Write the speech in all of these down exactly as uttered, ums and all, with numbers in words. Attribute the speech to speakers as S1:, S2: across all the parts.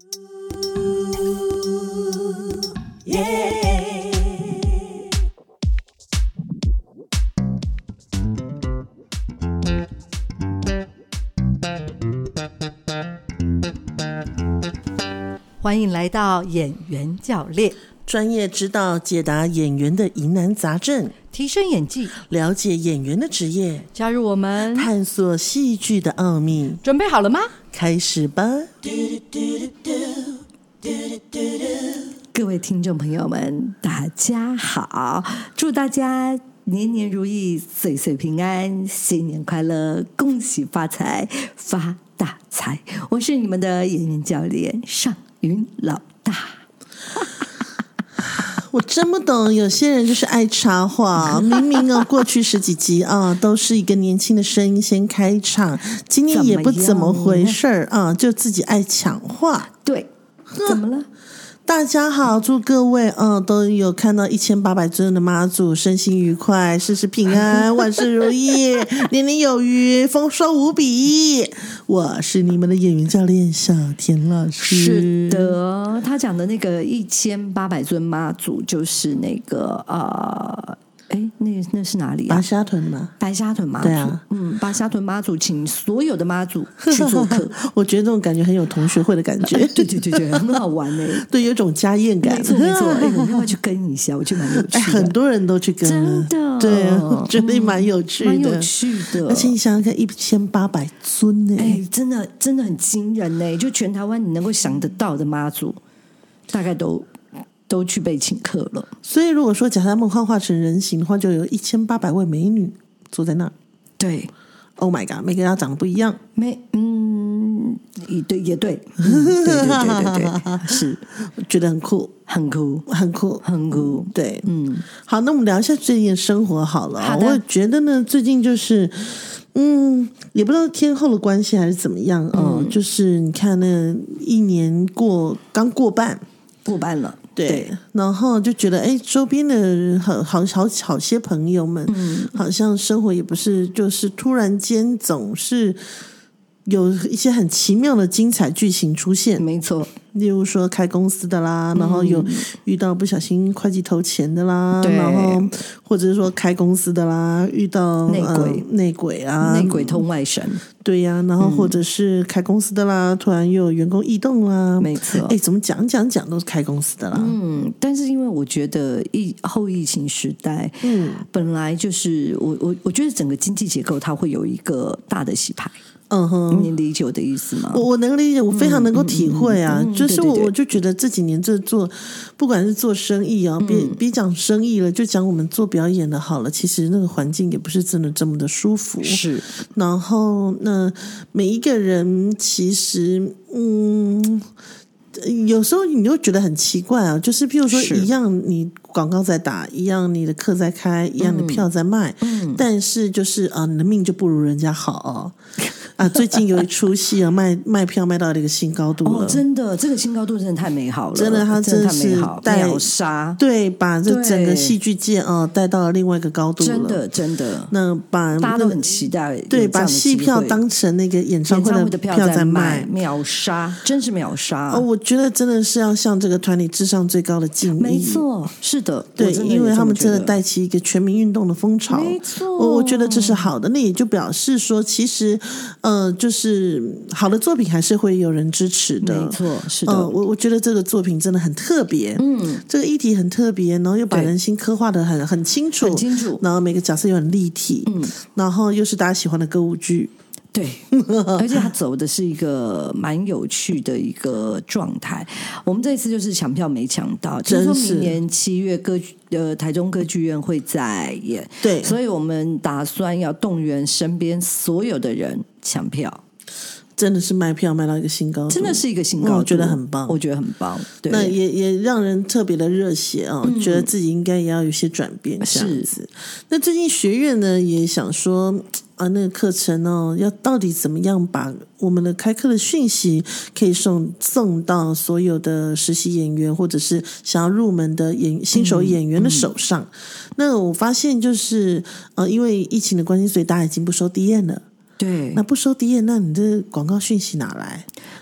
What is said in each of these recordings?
S1: 欢迎来到演员教练，
S2: 专业指导解答演员的疑难杂症，
S1: 提升演技，
S2: 了解演员的职业，
S1: 加入我们，
S2: 探索戏剧的奥秘。
S1: 准备好了吗？
S2: 开始吧！
S1: 各位听众朋友们，大家好，祝大家年年如意，岁岁平安，新年快乐，恭喜发财，发大财！我是你们的演员教练尚云老大。
S2: 我真不懂，有些人就是爱插话。明明哦，过去十几集啊，都是一个年轻的声音先开场，今天也不怎么回事儿啊，就自己爱抢话。
S1: 对，怎么了？
S2: 大家好，祝各位嗯都有看到一千八百尊的妈祖，身心愉快，事事平安，万事如意，年年有余，丰收无比。我是你们的演员教练小田老师。
S1: 是的，他讲的那个一千八百尊妈祖，就是那个呃。哎，那那是哪里啊？
S2: 白沙屯吗？
S1: 白沙屯妈祖，
S2: 对啊，
S1: 嗯，白沙屯妈祖，请所有的妈祖去做客。
S2: 我觉得这种感觉很有同学会的感觉，
S1: 对对对对，很好玩哎，
S2: 对，有种家宴感。
S1: 没错没错，哎，我们要不要去跟一下？我觉得蛮有趣的。
S2: 哎，很多人都去跟了，
S1: 真的，
S2: 对啊，觉得蛮有趣的，
S1: 蛮有趣的。
S2: 而且你想想看，一千八百尊呢，
S1: 哎，真的真的很惊人呢！就全台湾你能够想得到的妈祖，大概都。都去被请客了，
S2: 所以如果说假设梦幻化成人形的话，就有一千八百位美女坐在那。
S1: 对
S2: ，Oh my god， 每个人长得不一样，
S1: 没嗯，也对也对，嗯、对对对对对，是，
S2: 我觉得很酷，
S1: 很酷，
S2: 很酷，
S1: 很酷，
S2: 对，
S1: 嗯，
S2: 好，那我们聊一下最近的生活好了。
S1: 好的，
S2: 我觉得呢，最近就是，嗯，也不知道天后的关系还是怎么样哦、嗯，就是你看那一年过刚过半，
S1: 过半了。
S2: 对，
S1: 对，
S2: 然后就觉得哎，周边的好好好好些朋友们，嗯，好像生活也不是，就是突然间总是有一些很奇妙的精彩剧情出现。
S1: 没错，
S2: 例如说开公司的啦，然后有遇到不小心会计偷钱的啦，
S1: 对，
S2: 然后或者是说开公司的啦，遇到
S1: 内鬼、
S2: 呃、内鬼啊，
S1: 内鬼通外神。
S2: 对呀、啊，然后或者是开公司的啦，嗯、突然又有员工异动啦，
S1: 没错。
S2: 哎，怎么讲讲讲都是开公司的啦。
S1: 嗯，但是因为我觉得疫后疫情时代，嗯，本来就是我我我觉得整个经济结构它会有一个大的洗牌。
S2: 嗯哼，
S1: 你理解我的意思吗？
S2: 我我能理解，我非常能够体会啊。
S1: 嗯嗯嗯、
S2: 就是我
S1: 对对对
S2: 我就觉得这几年这做，不管是做生意啊，别、嗯、别讲生意了，就讲我们做表演的好了。其实那个环境也不是真的这么的舒服。
S1: 是，
S2: 然后那每一个人其实，嗯。有时候你就觉得很奇怪啊，就是譬如说一样你广告在打，一样你的课在开，一样的票在卖，嗯，但是就是啊，你的命就不如人家好哦。啊，最近有一出戏啊，卖卖票卖到了一个新高度了。
S1: 哦，真的，这个新高度真的太美好了，
S2: 真的，它真的是
S1: 带秒杀，
S2: 对，把这整个戏剧界啊带到了另外一个高度了。
S1: 真的，真的，
S2: 那把
S1: 大家都很期待，
S2: 对，把戏票当成那个演唱会的票在卖，
S1: 秒杀，真是秒杀。
S2: 哦，我觉得真的是要向这个团体致上最高的敬意。
S1: 没错，是的，
S2: 对，因为他们真的带起一个全民运动的风潮。
S1: 没错，
S2: 我我觉得这是好的，那也就表示说，其实呃，就是好的作品还是会有人支持的。
S1: 没错，是的。
S2: 呃、我我觉得这个作品真的很特别，嗯，这个议题很特别，然后又把人心刻画的很很清楚，
S1: 很清楚，
S2: 然后每个角色又很立体，嗯，然后又是大家喜欢的歌舞剧。
S1: 对，而且他走的是一个蛮有趣的一个状态。我们这一次就是抢票没抢到，就是说明年七月歌呃台中歌剧院会再演，
S2: 对，
S1: 所以我们打算要动员身边所有的人抢票。
S2: 真的是卖票卖到一个新高度，
S1: 真的是一个新高度，
S2: 我觉得很棒，
S1: 我觉得很棒。对，
S2: 那也也让人特别的热血啊、哦嗯，觉得自己应该也要有些转变这样子。那最近学院呢也想说啊，那个课程哦，要到底怎么样把我们的开课的讯息可以送送到所有的实习演员或者是想要入门的演新手演员的手上？嗯嗯、那我发现就是呃，因为疫情的关系，所以大家已经不收 D M 了。
S1: 对，
S2: 那不收 D M， 那你这广告讯息哪来？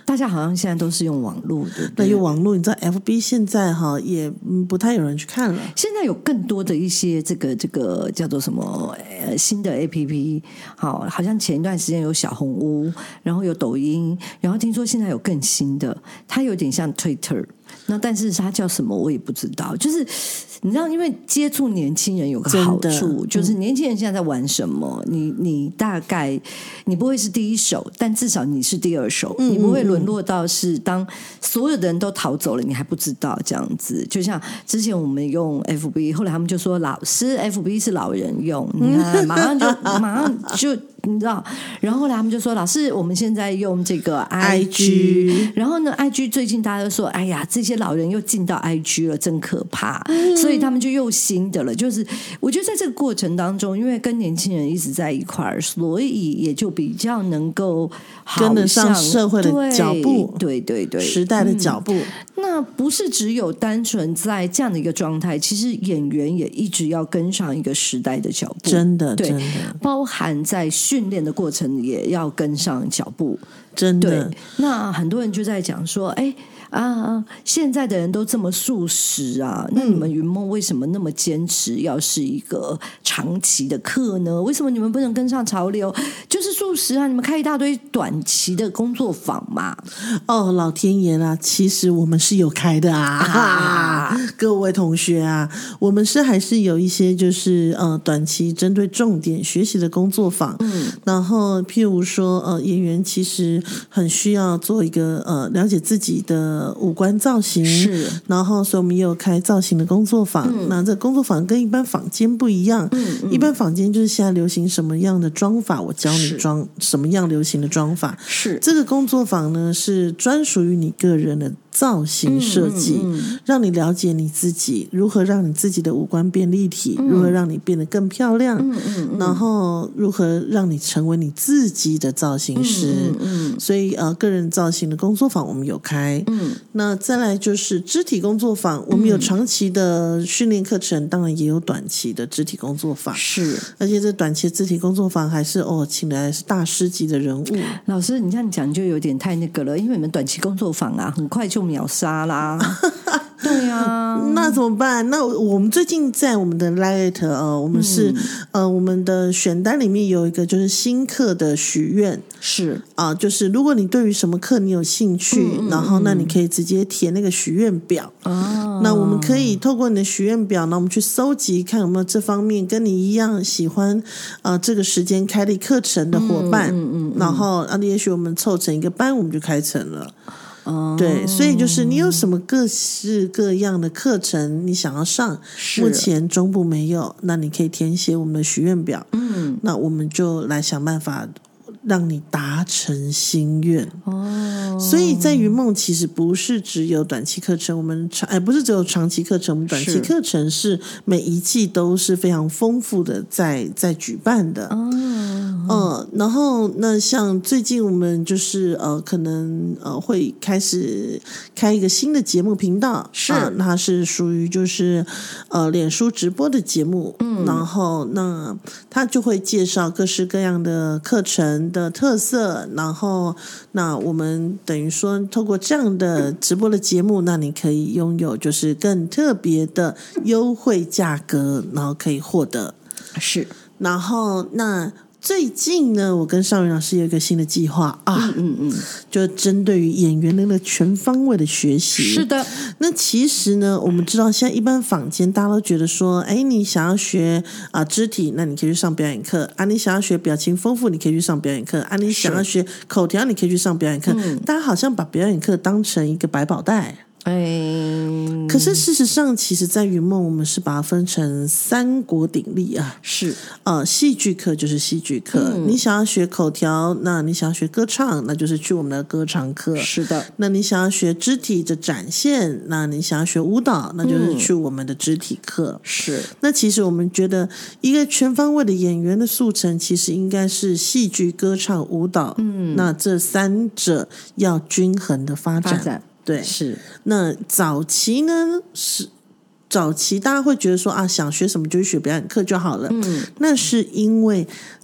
S1: 大家好像现在都是用网络，对不对？
S2: 那用网络，你知道 F B 现在哈也不太有人去看了。
S1: 现在有更多的一些这个这个叫做什么呃新的 A P P， 好，好像前一段时间有小红屋，然后有抖音，然后听说现在有更新的，它有点像 Twitter。那但是它叫什么我也不知道，就是你知道，因为接触年轻人有个好处，就是年轻人现在在玩什么，你你大概你不会是第一手，但至少你是第二手，
S2: 嗯嗯嗯，
S1: 你不会沦落到是当所有的人都逃走了，你还不知道这样子。就像之前我们用 F B， 后来他们就说老师 F B 是老人用，你看马上就马上就。你知道，然后后来他们就说：“老师，我们现在用这个 I G， 然后呢 ，I G 最近大家都说，哎呀，这些老人又进到 I G 了，真可怕。嗯”所以他们就又新的了。就是我觉得在这个过程当中，因为跟年轻人一直在一块儿，所以也就比较能够
S2: 跟得上社会的脚步，
S1: 对对 对, 对，
S2: 时代的脚步。嗯，
S1: 那不是只有单纯在这样的一个状态，其实演员也一直要跟上一个时代的脚步，
S2: 真的，
S1: 对，
S2: 真的，
S1: 包含在训练的过程也要跟上脚步，
S2: 真的。
S1: 对，那很多人就在讲说，哎啊，现在的人都这么素食啊，那你们云梦为什么那么坚持要是一个长期的课呢？为什么你们不能跟上潮流？就是素食啊，你们开一大堆短期的工作坊嘛。
S2: 哦，老天爷啦，其实我们是有开的啊，啊各位同学啊，我们是还是有一些就是呃短期针对重点学习的工作坊，嗯，然后譬如说呃演员其实很需要做一个呃了解自己的五官造型，
S1: 是，
S2: 然后所以我们也有开造型的工作坊，嗯，那这工作坊跟一般坊间不一样，嗯嗯，一般坊间就是现在流行什么样的妆法，我教你妆什么样流行的妆法，
S1: 是
S2: 这个工作坊呢是专属于你个人的造型设计，嗯嗯嗯，让你了解你自己，如何让你自己的五官变立体，嗯，如何让你变得更漂亮，嗯嗯嗯，然后如何让你成为你自己的造型师，嗯嗯嗯，所以呃个人造型的工作坊我们有开，嗯，那再来就是肢体工作坊，我们有长期的训练课程，当然也有短期的肢体工作坊，
S1: 是，
S2: 而且这短期的肢体工作坊还是哦请来是大师级的人物。
S1: 老师你这样讲就有点太那个了，因为你们短期工作坊啊很快就秒杀啦。对啊，
S2: 那怎么办？那我们最近在我们的 Light 呃，我们是、嗯、呃，我们的选单里面有一个就是新课的许愿，
S1: 是
S2: 啊、呃，就是如果你对于什么课你有兴趣，嗯嗯嗯，然后那你可以直接填那个许愿表。哦，那我们可以透过你的许愿表，那我们去搜集看有没有这方面跟你一样喜欢呃这个时间开立课程的伙伴，嗯嗯嗯嗯，然后啊，也许我们凑成一个班，我们就开成了。
S1: 哦，
S2: 对，所以就是你有什么各式各样的课程你想要上，目前中部没有，那你可以填写我们的许愿表，嗯，那我们就来想办法让你达成心愿。哦，所以在云梦其实不是只有短期课程，我们长哎不是只有长期课程，我们短期课程是每一季都是非常丰富的在在举办的。哦，嗯，然后那像最近我们就是呃可能呃会开始开一个新的节目频道，
S1: 是，
S2: 呃、它是属于就是呃脸书直播的节目，嗯，然后那它就会介绍各式各样的课程的特色，然后那我们等于说透过这样的直播的节目，那你可以拥有就是更特别的优惠价格，然后可以获得，
S1: 是，
S2: 然后那最近呢，我跟尚云老师有一个新的计划啊，嗯嗯嗯，就针对于演员的那个全方位的学习。
S1: 是的，
S2: 那其实呢，我们知道现在一般坊间大家都觉得说，哎，你想要学啊、呃、肢体，那你可以去上表演课啊；你想要学表情丰富，你可以去上表演课啊；你想要学口条，你可以去上表演课。嗯、大家好像把表演课当成一个百宝袋。
S1: 哎，
S2: 可是事实上，其实，在云梦我们是把它分成三国鼎立啊，
S1: 是
S2: 呃，戏剧课就是戏剧课，嗯、你想要学口条，那你想要学歌唱，那就是去我们的歌唱课。
S1: 是的，
S2: 那你想要学肢体的展现，那你想要学舞蹈，那就是去我们的肢体课。
S1: 嗯、是，
S2: 那其实我们觉得，一个全方位的演员的速成，其实应该是戏剧、歌唱、舞蹈，嗯，那这三者要均衡的发展。
S1: 发展
S2: 对，
S1: 是。
S2: 那早期呢，是早期大家会觉得说啊，想学什么就去学表演课就好了。嗯，那是因为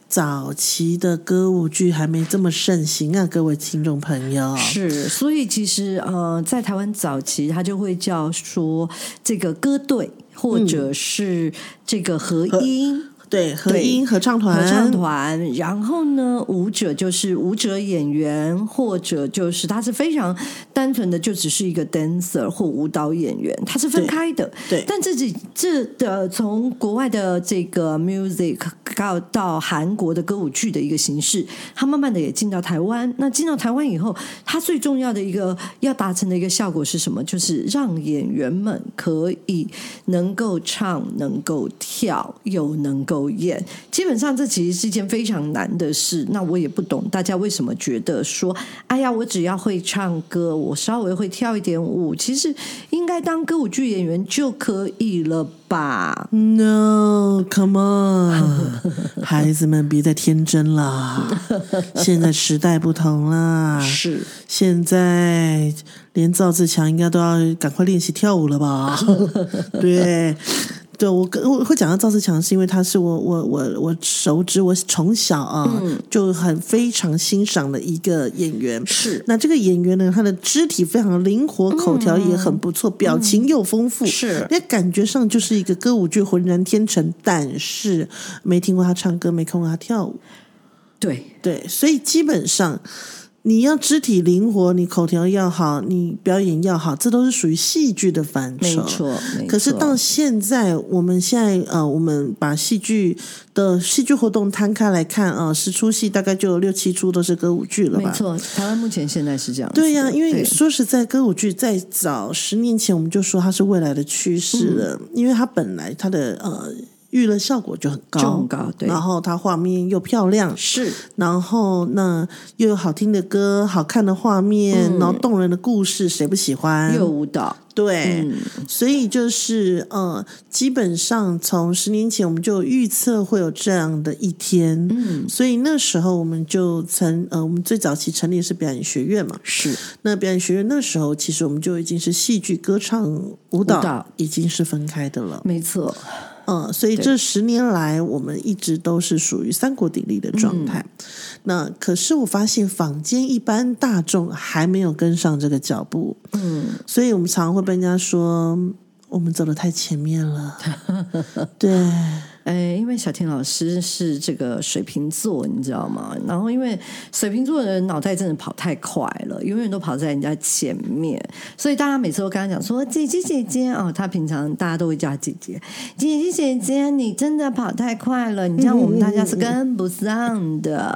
S2: 早期的歌舞剧还没这么盛行啊，各位听众朋友。
S1: 是，所以其实呃，在台湾早期，它就会叫说这个歌队，或者是这个合音。
S2: 嗯对，合音合唱团，
S1: 合唱团，然后呢，舞者就是舞者演员，或者就是他是非常单纯的，就只是一个 dancer 或舞蹈演员，它是分开的。
S2: 对，对
S1: 但这几这的从国外的这个 music 到到韩国的歌舞剧的一个形式，它慢慢的也进到台湾。那进到台湾以后，它最重要的一个要达成的一个效果是什么？就是让演员们可以能够唱，能够跳，又能够演。基本上这其实是一件非常难的事。那我也不懂大家为什么觉得说，哎呀，我只要会唱歌，我稍微会跳一点舞，其实应该当歌舞剧演员就可以了吧？
S2: No, come on 孩子们别再天真啦现在时代不同啦，
S1: 是
S2: 现在连赵自强应该都要赶快练习跳舞了吧对对，我我会讲到赵自强，是因为他是我我我我熟知，我从小啊、嗯、就很非常欣赏的一个演员。
S1: 是，
S2: 那这个演员呢，他的肢体非常灵活，口条也很不错，嗯、表情又丰富，
S1: 是，
S2: 那感觉上就是一个歌舞剧浑然天成，但是没听过他唱歌，没看过他跳舞。
S1: 对
S2: 对，所以基本上。你要肢体灵活，你口条要好，你表演要好，这都是属于戏剧的范畴。
S1: 没错，没错。
S2: 可是到现在，我们现在呃，我们把戏剧的戏剧活动摊开来看啊，十出戏大概就有六七出都是歌舞剧了吧？
S1: 没错，台湾目前现在是这样子。
S2: 对呀、啊，因为说实在，歌舞剧在早十年前我们就说它是未来的趋势了，嗯、因为它本来它的呃。娱乐效果就很高，
S1: 就很高，对。
S2: 然后它画面又漂亮，
S1: 是。
S2: 然后那又有好听的歌、好看的画面，嗯、然后动人的故事，谁不喜欢？
S1: 又有舞蹈，
S2: 对。
S1: 嗯、
S2: 所以就是呃，基本上从十年前我们就预测会有这样的一天，
S1: 嗯，
S2: 所以那时候我们就曾呃，我们最早期成立的是表演学院嘛，
S1: 是。
S2: 那表演学院那时候其实我们就已经是戏剧、歌唱、舞蹈，
S1: 舞蹈
S2: 已经是分开的了，
S1: 没错。
S2: 嗯，所以这十年来，我们一直都是属于三国鼎立的状态。嗯、那可是我发现坊间一般大众还没有跟上这个脚步，
S1: 嗯，
S2: 所以我们常常会被人家说我们走得太前面了。对。
S1: 哎，因为小婷老师是这个水瓶座，你知道吗？然后因为水瓶座的人脑袋真的跑太快了，永远都跑在人家前面，所以大家每次都跟他讲说：“姐姐姐姐哦，他平常大家都会叫他姐姐，姐姐姐姐，你真的跑太快了，你这样我们大家是跟不上的。”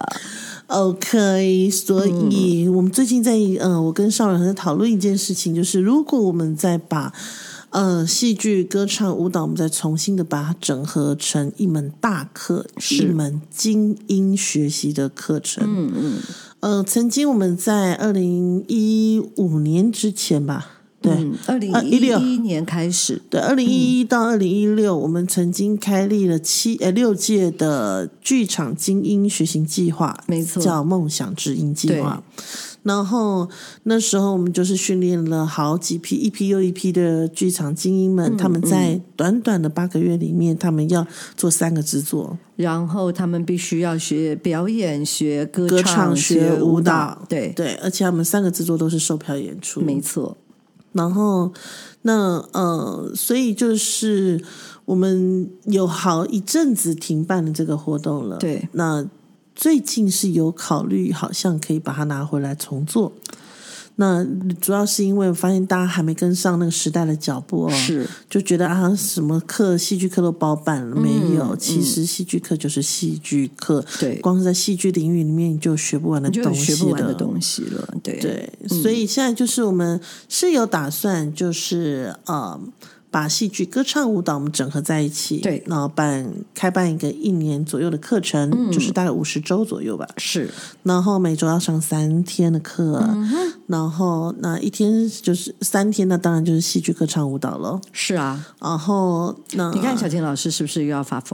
S2: OK， 所以我们最近在呃，我跟邵仁在讨论一件事情，就是如果我们再把呃，戏剧、歌唱、舞蹈，我们再重新的把它整合成一门大课，一门精英学习的课程。
S1: 嗯嗯。
S2: 呃，曾经我们在二零一五年之前吧，对，
S1: 二零一一年开始，
S2: 对，二零一一到二零一六，我们曾经开立了七呃六届的剧场精英学习计划，
S1: 没错，
S2: 叫梦想之音计划。然后那时候我们就是训练了好几批一批又一批的剧场精英们，嗯、他们在短短的八个月里面，他们要做三个制作，
S1: 然后他们必须要学表演、学歌唱、
S2: 歌唱学舞蹈，
S1: 对
S2: 对，而且他们三个制作都是售票演出，
S1: 没错。
S2: 然后那呃，所以就是我们有好一阵子停办了这个活动了，
S1: 对，
S2: 那。最近是有考虑，好像可以把它拿回来重做。那主要是因为我发现大家还没跟上那个时代的脚步哦，
S1: 是
S2: 就觉得啊，什么课戏剧课都包办了，嗯、没有。其实戏剧课就是戏剧课，
S1: 对，
S2: 光是在戏剧领域里面你就学不完的东西了，
S1: 学不完的东西了，对
S2: 对。嗯、所以现在就是我们是有打算，就是呃。把戏剧、歌唱、舞蹈我们整合在一起，
S1: 对，
S2: 然后办开办一个一年左右的课程，嗯、就是大概五十周左右吧。
S1: 是，
S2: 然后每周要上三天的课，
S1: 嗯、
S2: 然后那一天就是三天，那当然就是戏剧、歌唱、舞蹈了。
S1: 是啊，
S2: 然后那
S1: 你看小婷老师是不是又要发疯了？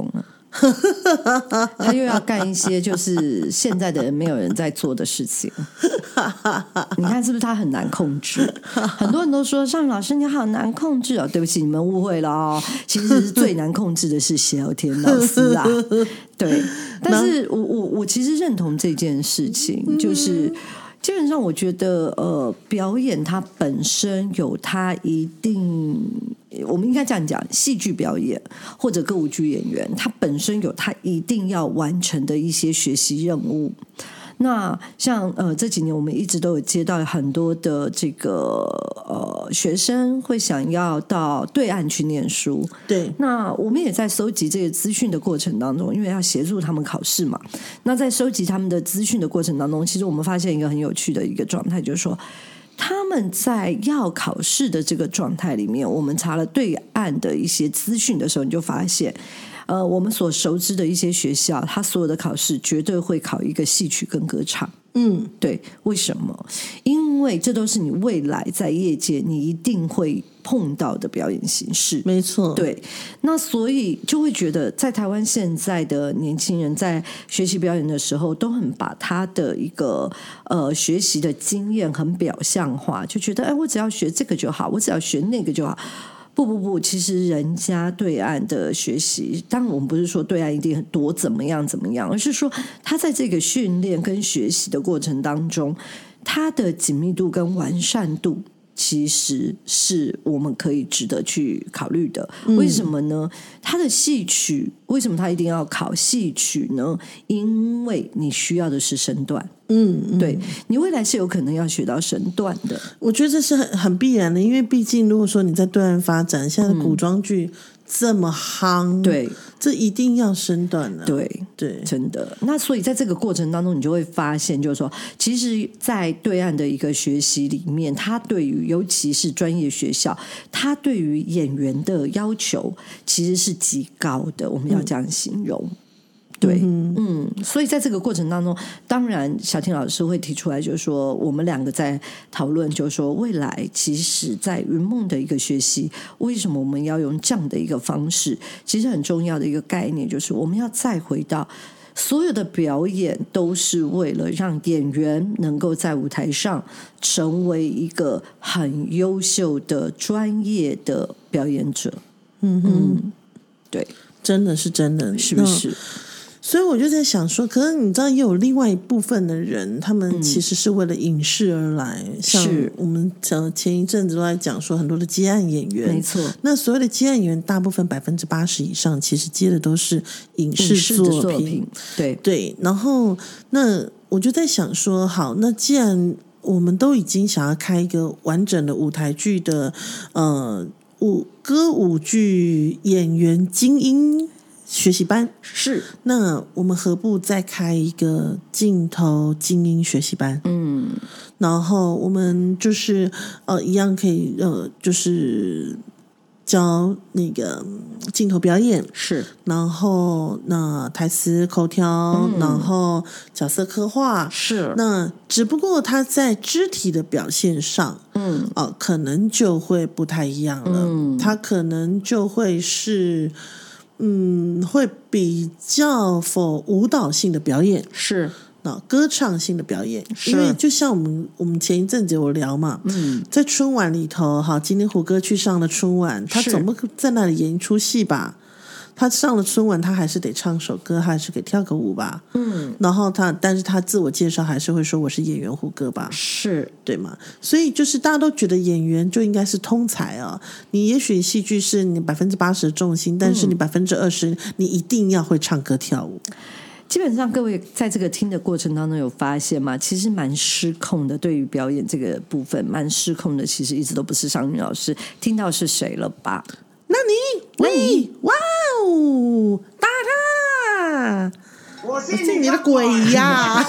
S1: 他又要干一些就是现在的人没有人在做的事情。你看是不是他很难控制？很多人都说尚宇老师你好难控制哦，对不起，你们误会了哦，其实最难控制的是小田老师啊。对，但是我我我其实认同这件事情，就是基本上我觉得呃，表演它本身有它一定，我们应该这样讲，戏剧表演或者歌舞剧演员，它本身有它一定要完成的一些学习任务。那像呃这几年我们一直都有接到很多的这个呃学生会想要到对岸去念书，
S2: 对，
S1: 那我们也在收集这个资讯的过程当中，因为要协助他们考试嘛。那在收集他们的资讯的过程当中，其实我们发现一个很有趣的一个状态，就是说他们在要考试的这个状态里面，我们查了对岸的一些资讯的时候，你就发现呃，我们所熟知的一些学校，它所有的考试绝对会考一个戏曲跟歌唱。嗯，对，为什么？因为这都是你未来在业界你一定会碰到的表演形式。
S2: 没错，
S1: 对。那所以就会觉得，在台湾现在的年轻人在学习表演的时候，都很把他的一个呃学习的经验很表象化，就觉得哎，我只要学这个就好，我只要学那个就好。不不不，其实人家对岸的学习，当然我们不是说对岸一定多怎么样怎么样，而是说他在这个训练跟学习的过程当中，他的紧密度跟完善度其实是我们可以值得去考虑的。为什么呢？他的戏曲为什么他一定要考戏曲呢？因为你需要的是身段。嗯，嗯对，你未来是有可能要学到身段的。
S2: 我觉得这是很很必然的，因为毕竟如果说你在对岸发展，现在的古装剧这么夯，
S1: 对，
S2: 这一定要身段的、啊。
S1: 对
S2: 对，
S1: 真的。那所以在这个过程当中，你就会发现，就是说，其实，在对岸的一个学习里面，他对于尤其是专业学校，他对于演员的要求其实是极高的。我们要这样形容。嗯对，嗯, 嗯，所以在这个过程当中，当然小婷老师会提出来，就是说我们两个在讨论，就是说未来其实在云梦的一个学习，为什么我们要用这样的一个方式？其实很重要的一个概念就是我们要再回到所有的表演都是为了让演员能够在舞台上成为一个很优秀的专业的表演者。嗯嗯，对，
S2: 真的是真的，
S1: 是不是？
S2: 所以我就在想说，可是你知道，也有另外一部分的人，他们其实是为了影视而来。嗯、像我们讲前一阵子都在讲说，很多的接案演员，
S1: 没错。
S2: 那所有的接案演员，大部分百分之八十以上，其实接的都是影视作品。
S1: 作品对
S2: 对。然后，那我就在想说，好，那既然我们都已经想要开一个完整的舞台剧的呃舞歌舞剧演员精英学习班，
S1: 是，
S2: 那我们何不再开一个镜头精英学习班？嗯，然后我们就是呃一样可以呃就是教那个镜头表演，
S1: 是，
S2: 然后那台词口条、嗯，然后角色刻画，
S1: 是，
S2: 那只不过他在肢体的表现上，嗯，哦、呃，可能就会不太一样了，嗯，他可能就会是。嗯，会比较否舞蹈性的表演
S1: 是，
S2: 那歌唱性的表演，因为就像我们我们前一阵子有聊嘛，嗯，在春晚里头，好，今天胡歌去上了春晚，他总不在那里演一出戏吧？他上了春晚，他还是得唱首歌，还是给跳个舞吧？嗯，然后他，但是他自我介绍还是会说我是演员胡歌吧？
S1: 是
S2: 对吗？所以就是大家都觉得演员就应该是通才啊。你也许戏剧是你百分之八十的重心，但是你百分之二十你一定要会唱歌跳舞。
S1: 基本上各位在这个听的过程当中有发现吗？其实蛮失控的，对于表演这个部分蛮失控的，其实一直都不是尚宇老师。听到是谁了吧？
S2: 那你喂，哇哦，大大，我是你的鬼呀！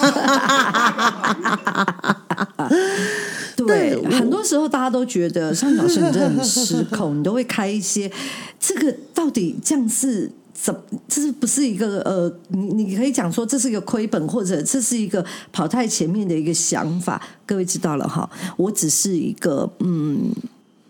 S1: 对，很多时候大家都觉得尚宇老师你真的很失控，你都会开一些这个到底这样是怎？这是不是一个呃？你你可以讲说这是一个亏本，或者这是一个跑太前面的一个想法。各位知道了哈，我只是一个嗯。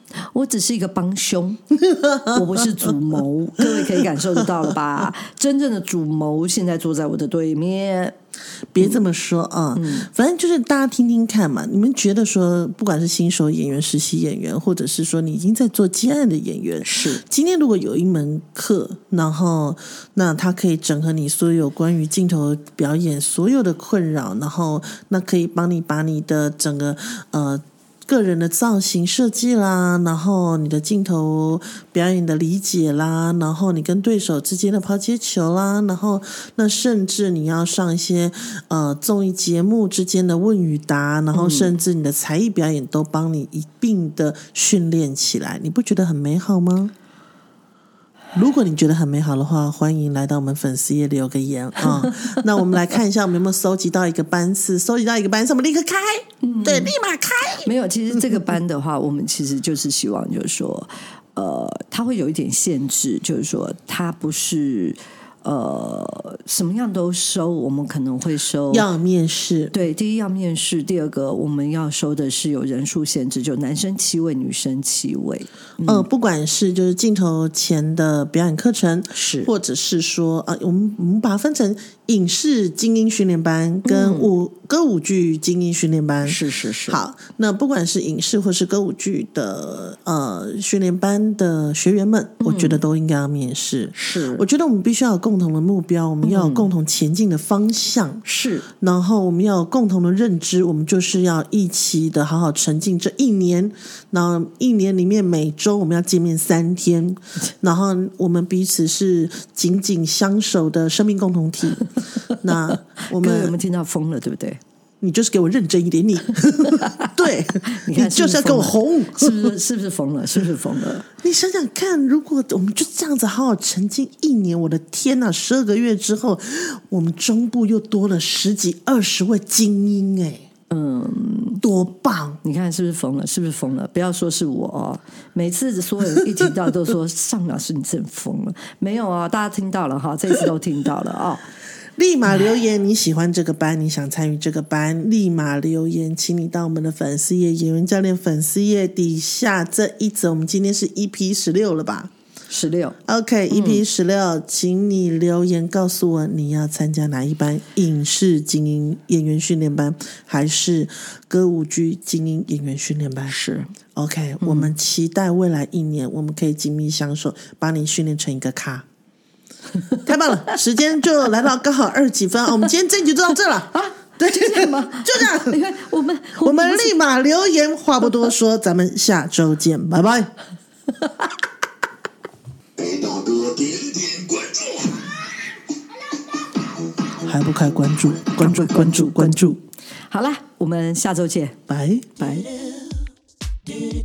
S1: 我只是一个帮凶，我不是主谋，各位可以感受得到了吧？真正的主谋现在坐在我的对面。
S2: 别这么说啊、嗯，反正就是大家听听看嘛。你们觉得说，不管是新手演员、实习演员，或者是说你已经在做接案的演员，
S1: 是
S2: 今天如果有一门课，然后那它可以整合你所有关于镜头表演所有的困扰，然后那可以帮你把你的整个呃。个人的造型设计啦，然后你的镜头表演的理解啦，然后你跟对手之间的抛接球啦，然后那甚至你要上一些呃综艺节目之间的问与答，然后甚至你的才艺表演都帮你一并的训练起来，你不觉得很美好吗？如果你觉得很美好的话，欢迎来到我们粉丝页留个言啊、哦！那我们来看一下，我们有没有搜集到一个班次？搜集到一个班次，我们立刻开，嗯、对，立马开。
S1: 没有，其实这个班的话，我们其实就是希望，就是说，呃，它会有一点限制，就是说，它不是。呃，什么样都收，我们可能会收。
S2: 要面试，
S1: 对，第一要面试，第二个我们要收的是有人数限制，就男生七位，女生七位。
S2: 嗯、呃，不管是就是镜头前的表演课程，
S1: 是，
S2: 或者是说啊、呃，我们我们把它分成影视精英训练班跟舞、嗯、歌舞剧精英训练班。
S1: 是是是。
S2: 好，那不管是影视或是歌舞剧的呃训练班的学员们、嗯，我觉得都应该要面试。
S1: 是，
S2: 我觉得我们必须要有共同的目标，我们要有共同前进的方向，
S1: 嗯、是，
S2: 然后我们要有共同的认知，我们就是要一起的好好沉浸这一年，然后一年里面每周我们要见面三天，然后我们彼此是紧紧相守的生命共同体。那我们
S1: 有没有听到疯了，对不对？
S2: 你就是给我认真一点，你对，
S1: 你看
S2: 你就是要给我红，
S1: 是不是？是不是疯了？是不是疯了？
S2: 你想想看，如果我们就这样子好好沉浸一年，我的天哪！十二个月之后，我们中部又多了十几、二十位精英，哎，嗯，多棒！
S1: 你看是不是疯了？是不是疯了？不要说是我哦，每次所有人一听到都说尚老师你真疯了，没有啊、哦，大家听到了哈，这次都听到了哦。
S2: 立马留言你喜欢这个班，你想参与这个班，立马留言，请你到我们的粉丝页演员教练粉丝页底下这一则，我们今天是 E P 十六了吧？
S1: 十六
S2: OK E P 十六，请你留言告诉我你要参加哪一班，影视精英演员训练班还是歌舞剧精英演员训练班？
S1: 是
S2: OK、嗯、我们期待未来一年我们可以紧密相守，把你训练成一个咖。太棒了，时间就来到刚好二十几分啊！我们今天这集就到这了啊！对，
S1: 就这样吗？
S2: 就这样。
S1: 你看，我们
S2: 我们立马留言，话不多说，咱们下周见，拜拜。给大哥点点关注，还不开关注？关注关注关注！
S1: 好啦，我们下周见，
S2: 拜
S1: 拜。